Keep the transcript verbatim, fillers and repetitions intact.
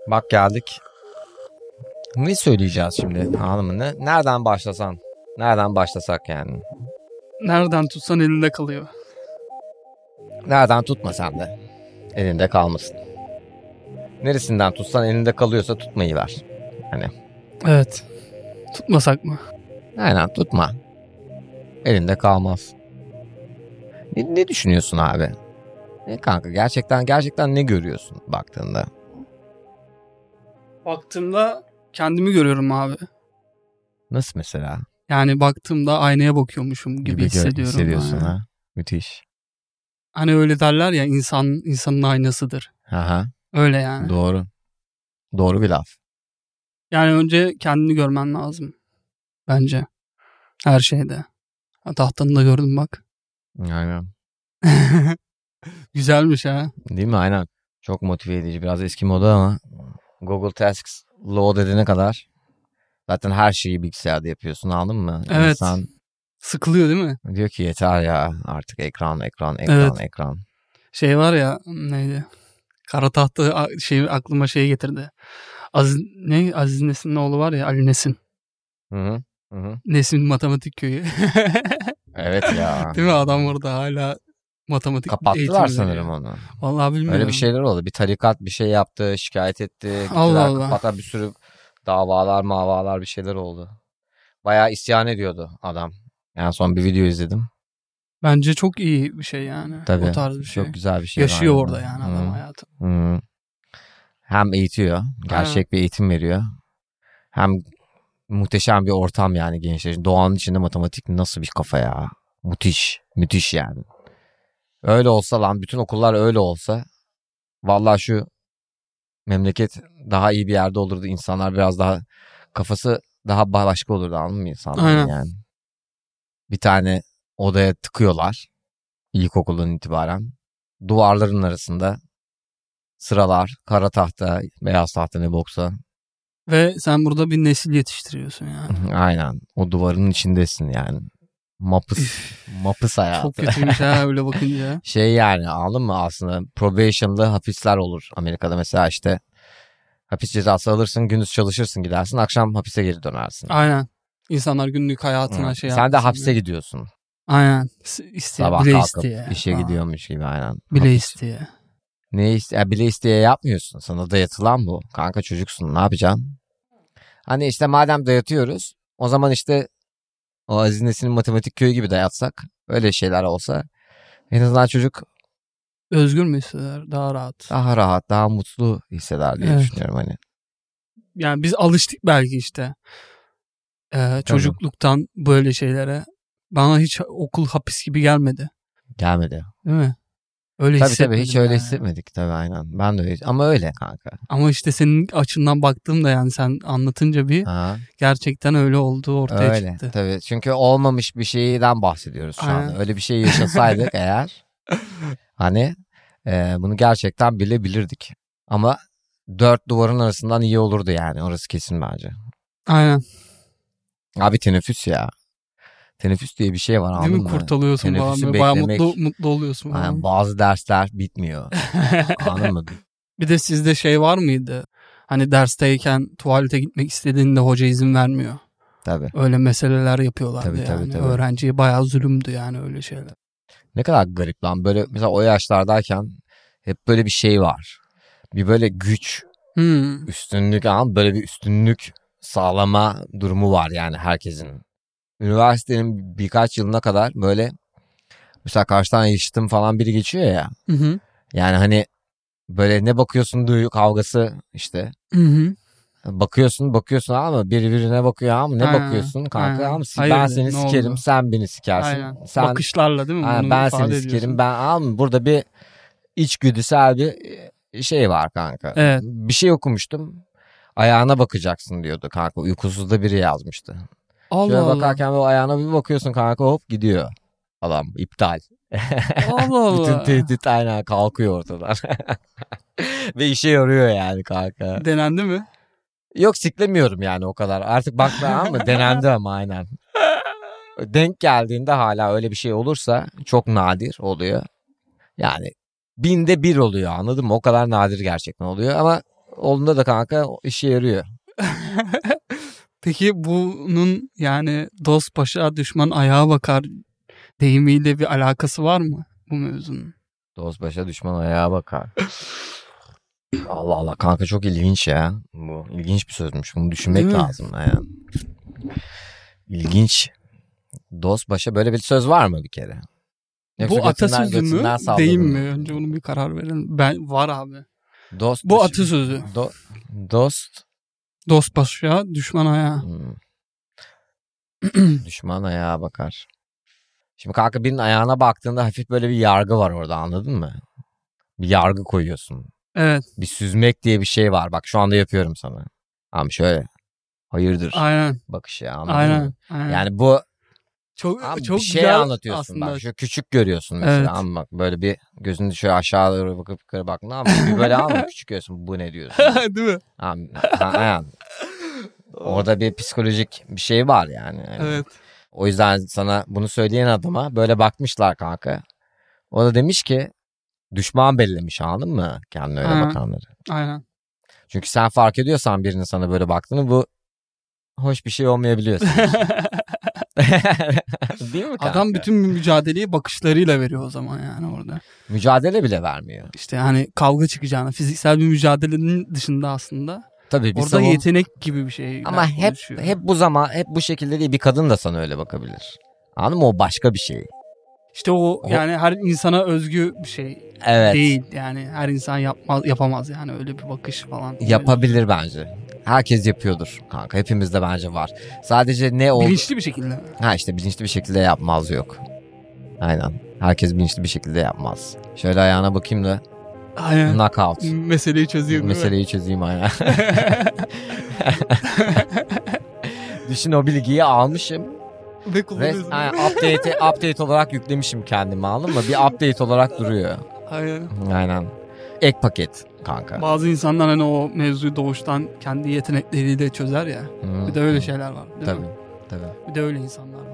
Bak geldik. Ne söyleyeceğiz şimdi hanımın? Ne? Nereden başlasan? Nereden başlasak yani? Nereden tutsan elinde kalıyor. Nereden tutmasan da elinde kalmasın. Neresinden tutsan elinde kalıyorsa tutmayı ver. Hani. Evet. Tutmasak mı? Aynen tutma. Elinde kalmaz. Ne, ne düşünüyorsun abi? Ne kanka gerçekten gerçekten ne görüyorsun baktığında? Baktığımda kendimi görüyorum abi. Nasıl mesela? Yani baktığımda aynaya bakıyormuşum gibi, Gibi hissediyorum. hissediyorsun yani. ha. Müthiş. Hani öyle derler ya, insan insanın aynasıdır. Aha. Öyle yani. Doğru. Doğru bir laf. Yani önce kendini görmen lazım. Bence. Her şeyde. Ha, tahtanı da gördüm bak. Aynen. Güzelmiş ha. Değil mi? Aynen. Çok motive edici. Biraz eski moda ama Google Tasks load edene kadar zaten her şeyi bilgisayarda yapıyorsun, anladın mı? Evet. İnsan sıkılıyor değil mi? diyor ki yeter ya artık ekran ekran ekran Evet. ekran. Şey var ya, neydi? Kara tahta şey aklıma şey getirdi. Aziz, ne? Aziz Nesin'in oğlu var ya, Ali Nesin. Hı hı. Hı hı. Nesin Matematik Köyü. Evet ya. Değil mi? Adam orada hala matematik Kapattılar eğitimi sanırım veriyor. onu. Vallahi bilmiyorum. Öyle bir şeyler oldu. Bir tarikat bir şey yaptı, şikayet etti. Gittiler Allah Allah. kapata bir sürü davalar mavalar bir şeyler oldu. Bayağı isyan ediyordu adam. Yani son bir video izledim. Bence çok iyi bir şey yani. Tabii. O tarz bir şey. Çok güzel bir şey. Yaşıyor var orada yani. yani adam hayatı. Hı. Hem eğitiyor. Gerçek Aynen. bir eğitim veriyor. Hem muhteşem bir ortam yani gençler için. Doğanın içinde matematik nasıl bir kafa ya. Müthiş. Müthiş yani. Öyle olsa lan bütün okullar öyle olsa vallahi şu memleket daha iyi bir yerde olurdu. İnsanlar biraz daha kafası daha başka olurdu, anladın mı insanların Aynen. yani. Bir tane odaya tıkıyorlar ilkokuldan itibaren. Duvarların arasında sıralar, kara tahta, beyaz tahta ne boksa. Ve sen burada bir nesil yetiştiriyorsun yani. Aynen. O duvarın içindesin yani. Mapıs. Mapıs hayatı. Çok kötüymüş ha öyle bakınca. Şey yani, anladın mı aslında? Probation'lı hapisler olur. Amerika'da mesela işte hapis cezası alırsın, gündüz çalışırsın gidersin, akşam hapise geri dönersin. Aynen. İnsanlar günlük hayatına Hı. şey Sen de yapmasın hapse diye. gidiyorsun. Aynen. İsteye, Sabah bile kalkıp isteye. işe Aa, gidiyormuş gibi aynen. Bile Hapis. isteye. Ne iste ya bile isteye yapmıyorsun. Sana dayatılan bu. Kanka çocuksun, ne yapacaksın? Hani işte madem dayatıyoruz, o zaman işte o Aziz Nesin'in matematik köyü gibi dayatsak, öyle şeyler olsa en azından çocuk Özgür mü hisseder? Daha rahat. daha rahat, daha mutlu hisseder diye Evet. düşünüyorum hani. Yani biz alıştık belki işte. Ee, çocukluktan böyle şeylere. Bana hiç okul hapis gibi gelmedi. Gelmedi. Değil mi? Öyle Tabii hissetmedim. tabii hiç öyle yani. hissetmedik tabii aynen. Ben de öyle. Ama öyle kanka. Ama işte senin açından baktığımda yani sen anlatınca bir Ha, gerçekten öyle olduğu ortaya öyle çıktı. tabii. Çünkü olmamış bir şeyden bahsediyoruz şu Aynen. anda. Öyle bir şey yaşasaydık eğer hani e, bunu gerçekten bilebilirdik. Ama dört duvarın arasından iyi olurdu yani. Orası kesin bence. Aynen. Abi teneffüs ya. Teneffüs diye bir şey var, anladın Değil mı? mi? Kurtuluyorsun falan. Teneffüsü Böyle bayağı beklemek. mutlu, mutlu oluyorsun falan. Yani bazı dersler bitmiyor. Anladın mı? Bir de sizde şey var mıydı? Hani dersteyken tuvalete gitmek istediğinde hoca izin vermiyor. Tabii. Öyle meseleler yapıyorlardı Tabii, yani. tabii, tabii. Öğrenciye bayağı zulümdü yani öyle şeyler. Ne kadar garip lan. Böyle mesela o yaşlardayken hep böyle bir şey var. Bir böyle güç, Hmm. üstünlük, ama böyle bir üstünlük sağlama durumu var yani herkesin. Üniversitenin birkaç yılına kadar böyle mesela karşıdan yaşıtım falan biri geçiyor ya. Hı hı. Yani hani böyle ne bakıyorsun duyu kavgası işte. Hı hı. Bakıyorsun bakıyorsun ama birbirine bakıyor ama ne Ha, bakıyorsun kanka, ha. ama Hayırdır, ben seni ne sikerim oldu? sen beni sikersin. Aynen. Sen, Bakışlarla değil mi? aynen, Bunu ben ifade seni ediyorsun. sikerim ben, ama burada bir içgüdüsel bir şey var kanka. Evet. Bir şey okumuştum. Ayağına bakacaksın diyordu kanka. Uykusuzda biri yazmıştı. Allah Şöyle Allah. bakarken böyle ayağına bir bakıyorsun kanka, hop gidiyor. Adam iptal. Allah Allah. Bütün tehdit aynen kalkıyor ortadan. Ve işe yarıyor yani kanka. Denendi mi? Yok siklemiyorum yani o kadar. Artık bakma ama denendi ama aynen. Denk geldiğinde hala öyle bir şey olursa çok nadir oluyor. Yani binde bir oluyor, anladın mı? O kadar nadir gerçekten oluyor ama olduğunda da kanka işe yarıyor. Peki bunun yani dost başa düşman ayağa bakar deyimiyle bir alakası var mı bu mevzunun? Dost başa düşman ayağa bakar. Allah Allah kanka çok ilginç ya. Bu ilginç bir sözmüş. Bunu düşünmek Değil mi? lazım yani. İlginç. Dost başa böyle bir söz var mı bir kere? Yoksa Bu götünden- atasözü mü götünden salladın değil mı? mi? Önce bunu bir karar verelim. Ben var abi. Dost Bu başı- atasözü. Do- dost Dost başa düşman ayağa. Hmm. Düşman ayağa bakar. Şimdi kanka birinin ayağına baktığında hafif böyle bir yargı var orada, anladın mı? Bir yargı koyuyorsun. Evet. Bir süzmek diye bir şey var. Bak şu anda yapıyorum sana. Ama şöyle. Hayırdır Aynen. bakışı ya, anladın Aynen. mı? aynen. Yani bu çok abi çok bir şey güzel anlatıyorsun. aslında. Bak şu küçük görüyorsun mesela. Evet. Ama bak böyle bir gözünü şöyle aşağı doğru bakıp yukarı bak. Ne yapıyorsun? Bir böyle ama küçük görüyorsun. Bu ne diyorsun? Değil mi? Abi, ha, yani. Orada bir psikolojik bir şey var yani. Evet. O yüzden sana bunu söyleyen adama böyle bakmışlar kanka. O da demiş ki düşman bellemiş, anladın mı? Kendine öyle Aynen. bakanları. Aynen. Çünkü sen fark ediyorsan birinin sana böyle baktığını, bu hoş bir şey olmayabiliyor senin için. Değil mi kanka? Adam bütün mücadeleyi bakışlarıyla veriyor o zaman yani orada. Mücadele bile vermiyor. İşte hani kavga çıkacağını, fiziksel bir mücadelenin dışında aslında Tabii bir orada savun- yetenek gibi bir şey. Ama hep hep bu zaman hep bu şekilde değil, bir kadın da sana öyle bakabilir. Anladın mı? O başka bir şey. İşte o yani her insana özgü bir şey Evet. değil. Yani her insan yapmaz yapamaz yani öyle bir bakış falan. Yapabilir bence. Herkes yapıyordur kanka. Hepimizde bence var. Sadece ne oldu? Bilinçli bir şekilde. Ha işte bilinçli bir şekilde yapmaz yok. Aynen. Herkes bilinçli bir şekilde yapmaz. Şöyle ayağına bakayım da Aynen. knockout. Meseleyi çözüyor. Meseleyi çözeyim aynen. Düşün, o bilgiyi almışım. Ve Ve kullanıyorsun. aynen, update, update olarak yüklemişim kendime, anladın mı? Bir update olarak duruyor. Aynen. Aynen. Ek paket kanka. Bazı insanlar hani o mevzuyu doğuştan kendi yetenekleriyle çözer ya. Hmm. Bir de öyle şeyler var. Değil Tabii. mi? Tabii. Bir de öyle insanlar var.